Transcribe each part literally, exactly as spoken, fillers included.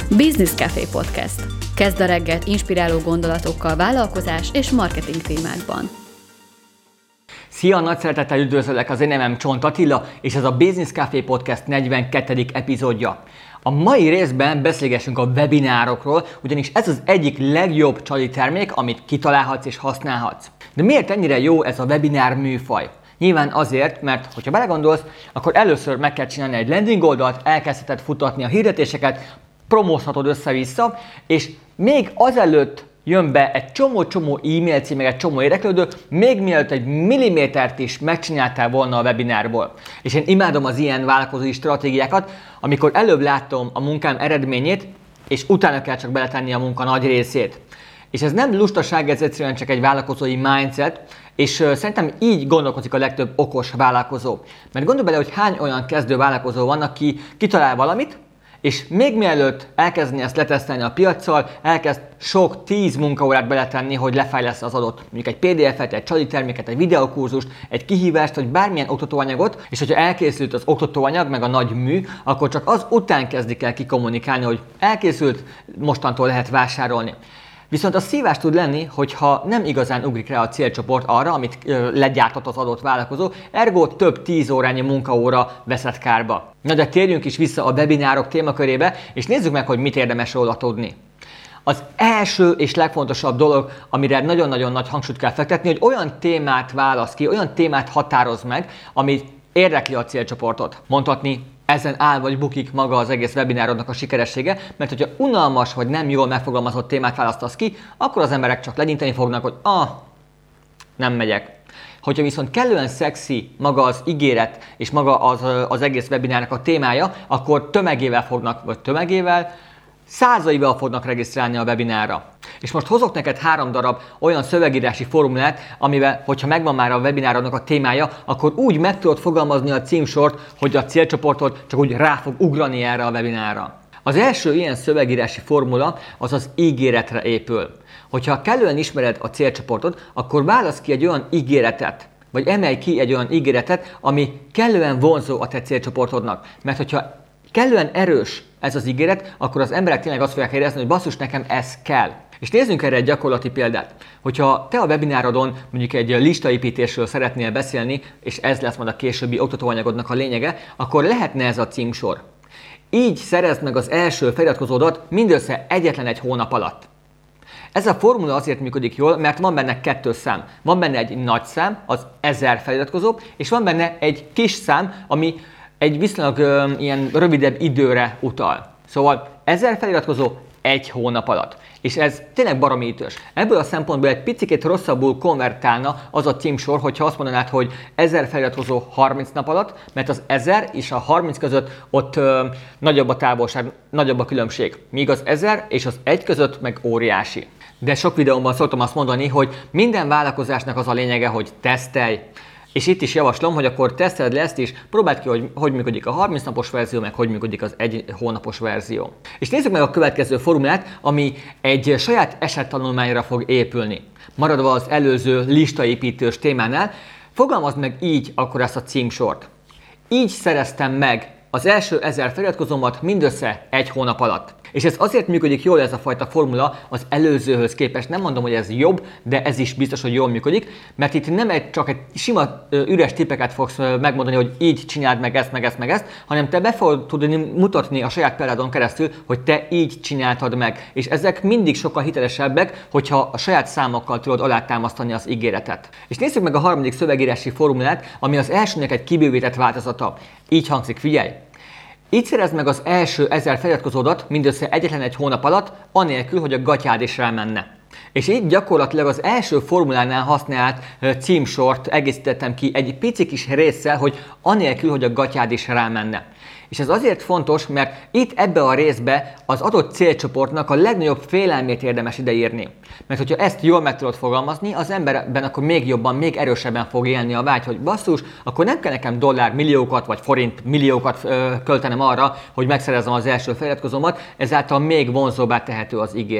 Business Café Podcast. Kezd a reggelt inspiráló gondolatokkal vállalkozás és marketing témákban. Szia, nagy szeretettel üdvözöllek, az én nevem Csont Attila, és ez a Business Café Podcast negyvenkettedik epizódja. A mai részben beszélgessünk a webinárokról, ugyanis ez az egyik legjobb csali termék, amit kitalálhatsz és használhatsz. De miért ennyire jó ez a webinár műfaj? Nyilván azért, mert hogyha belegondolsz, akkor először meg kell csinálni egy landing oldalt, elkezdheted futatni a hirdetéseket, promózhatod össze-vissza, és még azelőtt jön be egy csomó-csomó e-mail cím, meg egy csomó érdeklődő, még mielőtt egy millimétert is megcsináltál volna a webinárból. És én imádom az ilyen vállalkozói stratégiákat, amikor előbb látom a munkám eredményét, és utána kell csak beletenni a munka nagy részét. És ez nem lustaság, ez egyszerűen csak egy vállalkozói mindset, és uh, szerintem így gondolkozik a legtöbb okos vállalkozó. Mert gondolj bele, hogy hány olyan kezdő vállalkozó van, aki kitalál valamit, és még mielőtt elkezdeni ezt letesztelni a piaccal, elkezd sok tíz munkaórát beletenni, hogy lefejlesz az adott, mondjuk egy pé dé ef-et, egy csali terméket, egy videókurzust, egy kihívást, vagy bármilyen oktatóanyagot, és hogyha elkészült az oktatóanyag, meg a nagy mű, akkor csak az után kezdik el kikommunikálni, hogy elkészült, mostantól lehet vásárolni. Viszont a szívás tud lenni, hogyha nem igazán ugrik rá a célcsoport arra, amit ö, legyártott az adott vállalkozó, ergo több tíz órányi munkaóra veszett kárba. Na de térjünk is vissza a webinárok témakörébe, és nézzük meg, hogy mit érdemes róla tudni. Az első és legfontosabb dolog, amire nagyon-nagyon nagy hangsúlyt kell fektetni, hogy olyan témát válasz ki, olyan témát határoz meg, amit érdekli a célcsoportot. Mondhatni, ezen áll vagy bukik maga az egész webinárodnak a sikeressége, mert hogyha unalmas vagy nem jól megfogalmazott témát választasz ki, akkor az emberek csak legyinteni fognak, hogy ah, nem megyek. Hogyha viszont kellően szexi maga az ígéret és maga az, az egész webinárnak a témája, akkor tömegével fognak, vagy tömegével, százaival fognak regisztrálni a webinárra. És most hozok neked három darab olyan szövegírási formulát, amivel, hogyha megvan már a webinárodnak a témája, akkor úgy meg tudod fogalmazni a címsort, hogy a célcsoportod csak úgy rá fog ugrani erre a webinárra. Az első ilyen szövegírási formula az az ígéretre épül. Hogyha kellően ismered a célcsoportod, akkor válasz ki egy olyan ígéretet, vagy emelj ki egy olyan ígéretet, ami kellően vonzó a te célcsoportodnak. Mert hogyha kellően erős ez az ígéret, akkor az emberek tényleg azt fogják érezni, hogy basszus, nekem ez kell. És nézzünk erre egy gyakorlati példát. Hogyha te a webinárodon mondjuk egy listaépítésről szeretnél beszélni, és ez lesz majd a későbbi oktatóanyagodnak a lényege, akkor lehetne ez a címsor. Így szerezd meg az első feliratkozódat mindössze egyetlen egy hónap alatt. Ez a formula azért működik jól, mert van benne kettő szám. Van benne egy nagy szám, az ezer feliratkozó, és van benne egy kis szám, ami egy viszonylag ö, ilyen rövidebb időre utal. Szóval ezer feliratkozó egy hónap alatt. És ez tényleg baromi ütős. Ebből a szempontból egy picikét rosszabbul konvertálna az a címsor, hogyha azt mondanád, hogy ezer feliratkozó harminc nap alatt, mert az ezer és a harminc között ott ö, nagyobb a távolság, nagyobb a különbség. Míg az ezer és az egy között meg óriási. De sok videómban szoktam azt mondani, hogy minden vállalkozásnak az a lényege, hogy tesztelj. És itt is javaslom, hogy akkor teszteld le ezt is, próbáld ki, hogy hogy működik a harminc napos verzió, meg hogy működik az egy hónapos verzió. És nézzük meg a következő formulát, ami egy saját esettanulmányra fog épülni. Maradva az előző listaépítős témánál, fogalmazd meg így akkor ezt a címsort. Így szereztem meg az első ezer feliratkozómat mindössze egy hónap alatt. És ez azért működik jól ez a fajta formula az előzőhöz képest. Nem mondom, hogy ez jobb, de ez is biztos, hogy jól működik, mert itt nem egy, csak egy sima üres tippeket fogsz megmondani, hogy így csináld meg ezt, meg ezt, meg ezt, hanem te be fogod tudni mutatni a saját példádon keresztül, hogy te így csináltad meg. És ezek mindig sokkal hitelesebbek, hogyha a saját számokkal tudod alátámasztani az ígéretet. És nézzük meg a harmadik szövegírási formulát, ami az elsőnek egy kibővített változata. Így hangzik, figyelj! Így szerezd meg az első ezer feliratkozódat mindössze egyetlen egy hónap alatt, anélkül, hogy a gatyád is rámenne. És így gyakorlatilag az első formulánál használt címsort egészítettem ki egy pici kis résszel, hogy anélkül, hogy a gatyád is rámenne. És ez azért fontos, mert itt ebbe a részbe az adott célcsoportnak a legnagyobb félelmét érdemes ideírni. Mert hogyha ezt jól meg tudod fogalmazni, az emberben akkor még jobban, még erősebben fog élni a vágy, hogy basszus, akkor nem kell nekem dollár milliókat vagy forint milliókat ö, költenem arra, hogy megszerezzem az első feliratkozómat, ezáltal még vonzóbbá tehető az ígéret.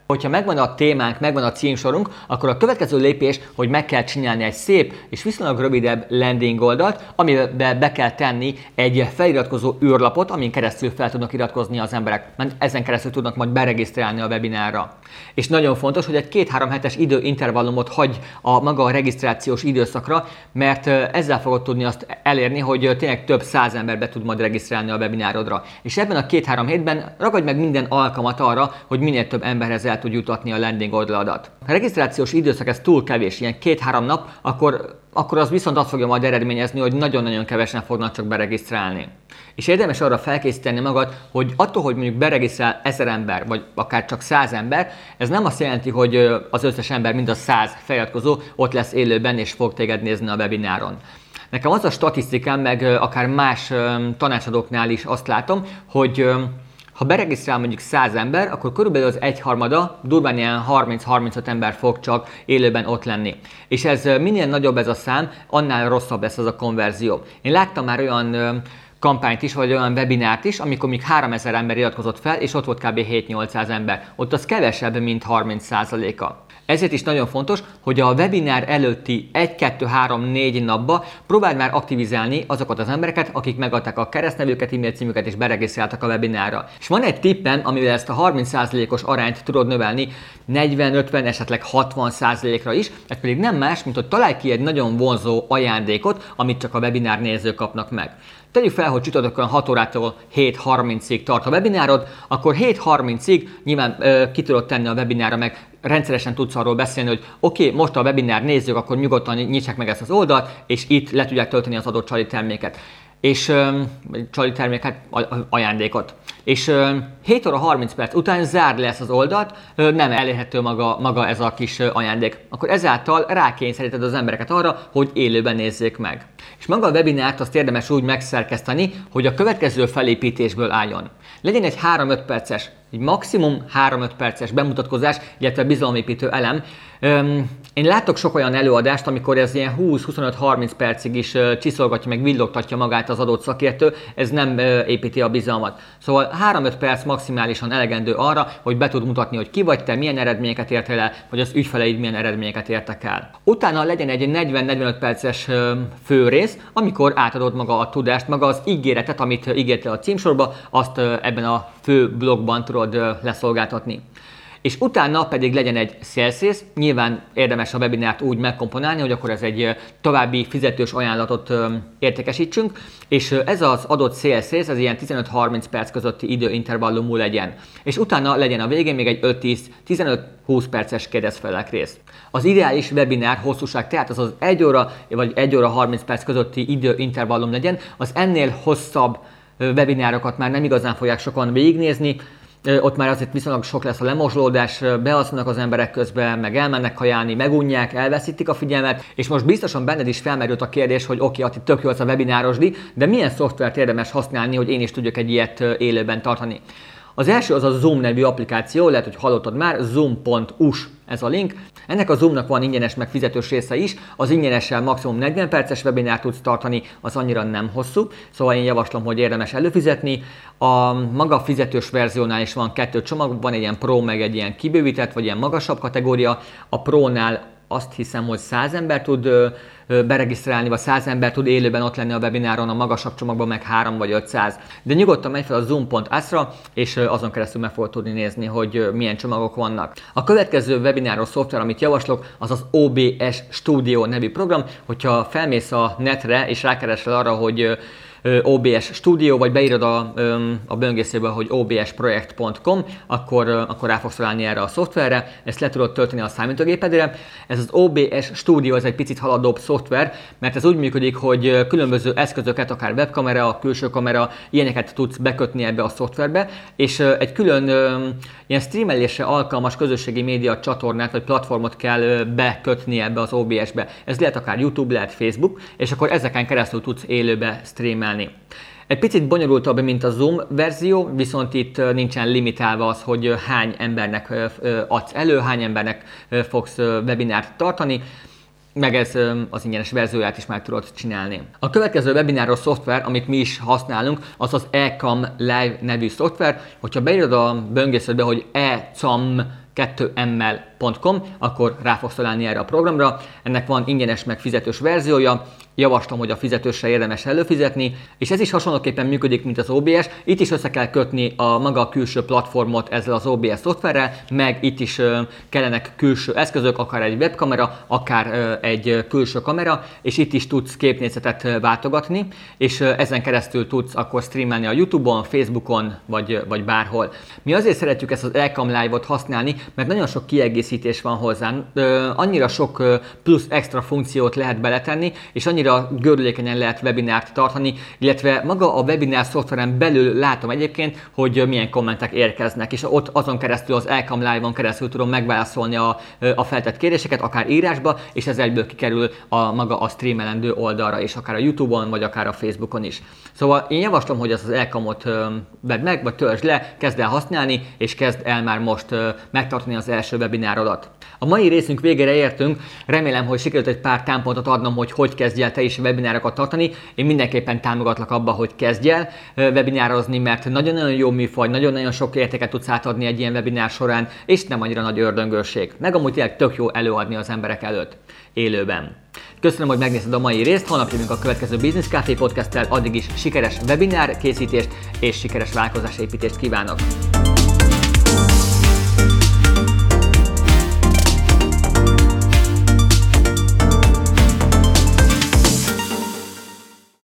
Hogyha megvan a témánk, megvan a címsorunk, akkor a következő lépés, hogy meg kell csinálni egy szép és viszonylag rövidebb landing oldalt, amiben be kell tenni egy feliratkozó űrlapot, amin keresztül fel tudnak iratkozni az emberek, mert ezen keresztül tudnak majd beregisztrálni a webinárra. És nagyon fontos, hogy egy két-három hetes időintervallumot hagy a maga a regisztrációs időszakra, mert ezzel fogod tudni azt elérni, hogy tényleg több száz ember be tud majd regisztrálni a webinárodra. És ebben a két-három hétben ragadj meg minden alkalmat arra, hogy minél több emberhez el tud jutatni a landing oldaladat. Ha a regisztrációs időszak ez túl kevés, ilyen két-három nap, akkor, akkor az viszont azt fogja majd eredményezni, hogy nagyon-nagyon kevesen fognak csak beregisztrálni. És érdemes arra felkészíteni magad, hogy attól, hogy mondjuk beregisztrál ezer ember, vagy akár csak száz ember, ez nem azt jelenti, hogy az összes ember, mind a száz feliratkozó ott lesz élőben és fog téged nézni a webináron. Nekem az a statisztikám, meg akár más tanácsadóknál is azt látom, hogy ha beregisztrál mondjuk száz ember, akkor körülbelül az egyharmada, durván ilyen harminc-harmincöt ember fog csak élőben ott lenni. És ez minél nagyobb ez a szám, annál rosszabb lesz az a konverzió. Én láttam már olyan kampányt is, vagy olyan webinárt is, amikor még háromezer ember iratkozott fel, és ott volt kb. hét-nyolcszáz ember. Ott az kevesebb, mint harminc százaléka. Ezért is nagyon fontos, hogy a webinár előtti egy-kettő-három-négy napba próbáld már aktivizálni azokat az embereket, akik megadták a keresztnevüket, e-mail címüket és beregisztráltak a webinárra. És van egy tippem, amivel ezt a harminc százalékos arányt tudod növelni negyven-ötven, esetleg hatvan százalékra is, ez pedig nem más, mint hogy találj ki egy nagyon vonzó ajándékot, amit csak a webinár nézők kapnak meg. Tegyük fel, hogy csütörtökön hat órától hét harmincig tart a webinárod, akkor hét harmincig nyilván ö, ki tudod tenni a webinárra, meg rendszeresen tudsz arról beszélni, hogy oké, okay, most a webinár nézzük, akkor nyugodtan nyissák meg ezt az oldalt, és itt le tudják tölteni az adott csali terméket. És ö, csali terméket, ajándékot. És ö, hét óra harminc perc után zárd le ezt az oldalt, ö, nem elérhető maga, maga ez a kis ajándék. Akkor ezáltal rákényszeríted az embereket arra, hogy élőben nézzék meg. És maga a webinárt azt érdemes úgy megszerkeszteni, hogy a következő felépítésből álljon. Legyen egy három-öt perces, egy maximum három-öt perces bemutatkozás, illetve bizalomépítő elem. Öm, én látok sok olyan előadást, amikor ez ilyen húsz-huszonöt-harminc percig is uh, csiszolgatja, meg villogtatja magát az adott szakértő, ez nem uh, építi a bizalmat. Szóval három-öt perc maximálisan elegendő arra, hogy be tud mutatni, hogy ki vagy te, milyen eredményeket értél el, vagy az ügyfeleid milyen eredményeket értek el. Utána legyen egy negyven-negyvenöt perces uh, főrész, amikor átadod maga a tudást, maga az ígéretet, amit ígértél a címsorba, azt uh, ebben a fő blogban tudod uh, leszolgáltatni. És utána pedig legyen egy sales rész, nyilván érdemes a webinárt úgy megkomponálni, hogy akkor ez egy további fizetős ajánlatot értékesítsünk, és ez az adott sales rész, ez ilyen tizenöt-harminc perc közötti időintervallumú legyen. És utána legyen a végén még egy öt-tíz-tizenöt-húsz perces kérdezfelek rész. Az ideális webinár hosszúság tehát az az egy óra vagy egy óra harminc perc közötti időintervallum legyen, az ennél hosszabb webinárokat már nem igazán fogják sokan végignézni, ott már azért viszonylag sok lesz a lemozslódás, bealszanak az emberek közben, meg elmennek kajálni, megunják, elveszítik a figyelmet, és most biztosan benned is felmerült a kérdés, hogy oké, okay, tök jó az a webinárosdi, de milyen szoftvert érdemes használni, hogy én is tudjak egy ilyet élőben tartani. Az első az a Zoom nevű applikáció, lehet, hogy hallottad már, zoom pont u s ez a link. Ennek a Zoomnak van ingyenes meg fizetős része is, az ingyenessel maximum negyven perces webinárt tudsz tartani, az annyira nem hosszú, szóval én javaslom, hogy érdemes előfizetni. A maga fizetős verziónál is van kettő csomag, van egy ilyen Pro meg egy ilyen kibővített, vagy ilyen magasabb kategória. A Pro-nál azt hiszem, hogy száz ember tud ö, ö, beregisztrálni, vagy száz ember tud élőben ott lenni a webináron, a magasabb csomagban meg három vagy ötszáz. De nyugodtan menj fel a zoom pont u s-ra, és ö, azon keresztül meg fogod tudni nézni, hogy ö, milyen csomagok vannak. A következő webináros szoftver, amit javaslok, az az o bé es Studio nevű program. Hogyha felmész a netre, és rákeresel arra, hogy ö, o bé es Studio, vagy beírod a, a böngészőbe, hogy o bé es projekt pont com, akkor, akkor rá fogsz találni erre a szoftverre, ezt le tudod tölteni a számítógépedre. Ez az o bé es Studio, ez egy picit haladóbb szoftver, mert ez úgy működik, hogy különböző eszközöket, akár webkamera, külső kamera, ilyeneket tudsz bekötni ebbe a szoftverbe, és egy külön ilyen streamelésre alkalmas közösségi média csatornát vagy platformot kell bekötni ebbe az o bé es-be. Ez lehet akár YouTube, lehet Facebook, és akkor ezeken keresztül tudsz élőbe streamelni. Egy picit bonyolultabb, mint a Zoom verzió, viszont itt nincsen limitálva az, hogy hány embernek adsz elő, hány embernek fogsz webinárt tartani, meg ez az ingyenes verzióját is meg tudod csinálni. A következő webináros szoftver, amit mi is használunk, az az eCam Live nevű szoftver. Hogyha beírod a böngésződbe, hogy eCam kettő m l pont com, akkor rá fogsz találni erre a programra. Ennek van ingyenes meg fizetős verziója. Javaslom, hogy a fizetősre érdemes előfizetni, és ez is hasonlóképpen működik, mint az o bé es. Itt is össze kell kötni a maga a külső platformot ezzel az o bé es szoftverrel, meg itt is ö, kellenek külső eszközök, akár egy webkamera, akár ö, egy külső kamera, és itt is tudsz képnézetet váltogatni, és ö, ezen keresztül tudsz akkor streamelni a YouTube-on, Facebookon, vagy, vagy bárhol. Mi azért szeretjük ezt az Elcam Live-ot használni, mert nagyon sok kiegészítés van hozzá, ö, annyira sok ö, plusz extra funkciót lehet beletenni, és annyira gördülékenyen lehet webinárt tartani, illetve maga a webinár szoftveren belül látom egyébként, hogy milyen kommentek érkeznek, és ott azon keresztül, az Elcam Live-on keresztül tudom megválaszolni a, a feltett kérdéseket, akár írásba, és ez egyből kikerül a maga a streamelendő oldalra, és akár a YouTube-on, vagy akár a Facebookon is. Szóval én javaslom, hogy ezt az Elcamot vedd meg, vagy töltsd le, kezd el használni, és kezd el már most megtartani az első webinárodat. A mai részünk végére értünk, remélem, hogy sikerült egy pár támpontot adnom, hogy hogy kezdj el te is webinárokat tartani. Én mindenképpen támogatlak abba, hogy kezdj el webinározni, mert nagyon-nagyon jó műfaj, nagyon-nagyon sok értéket tudsz átadni egy ilyen webinár során, és nem annyira nagy ördöngőség. Meg amúgy tényleg tök jó előadni az emberek előtt, élőben. Köszönöm, hogy megnézted a mai részt, holnap jövünk a következő Business Café podcasttel, addig is sikeres webinár készítést és sikeres vállalkozásépítést kívánok!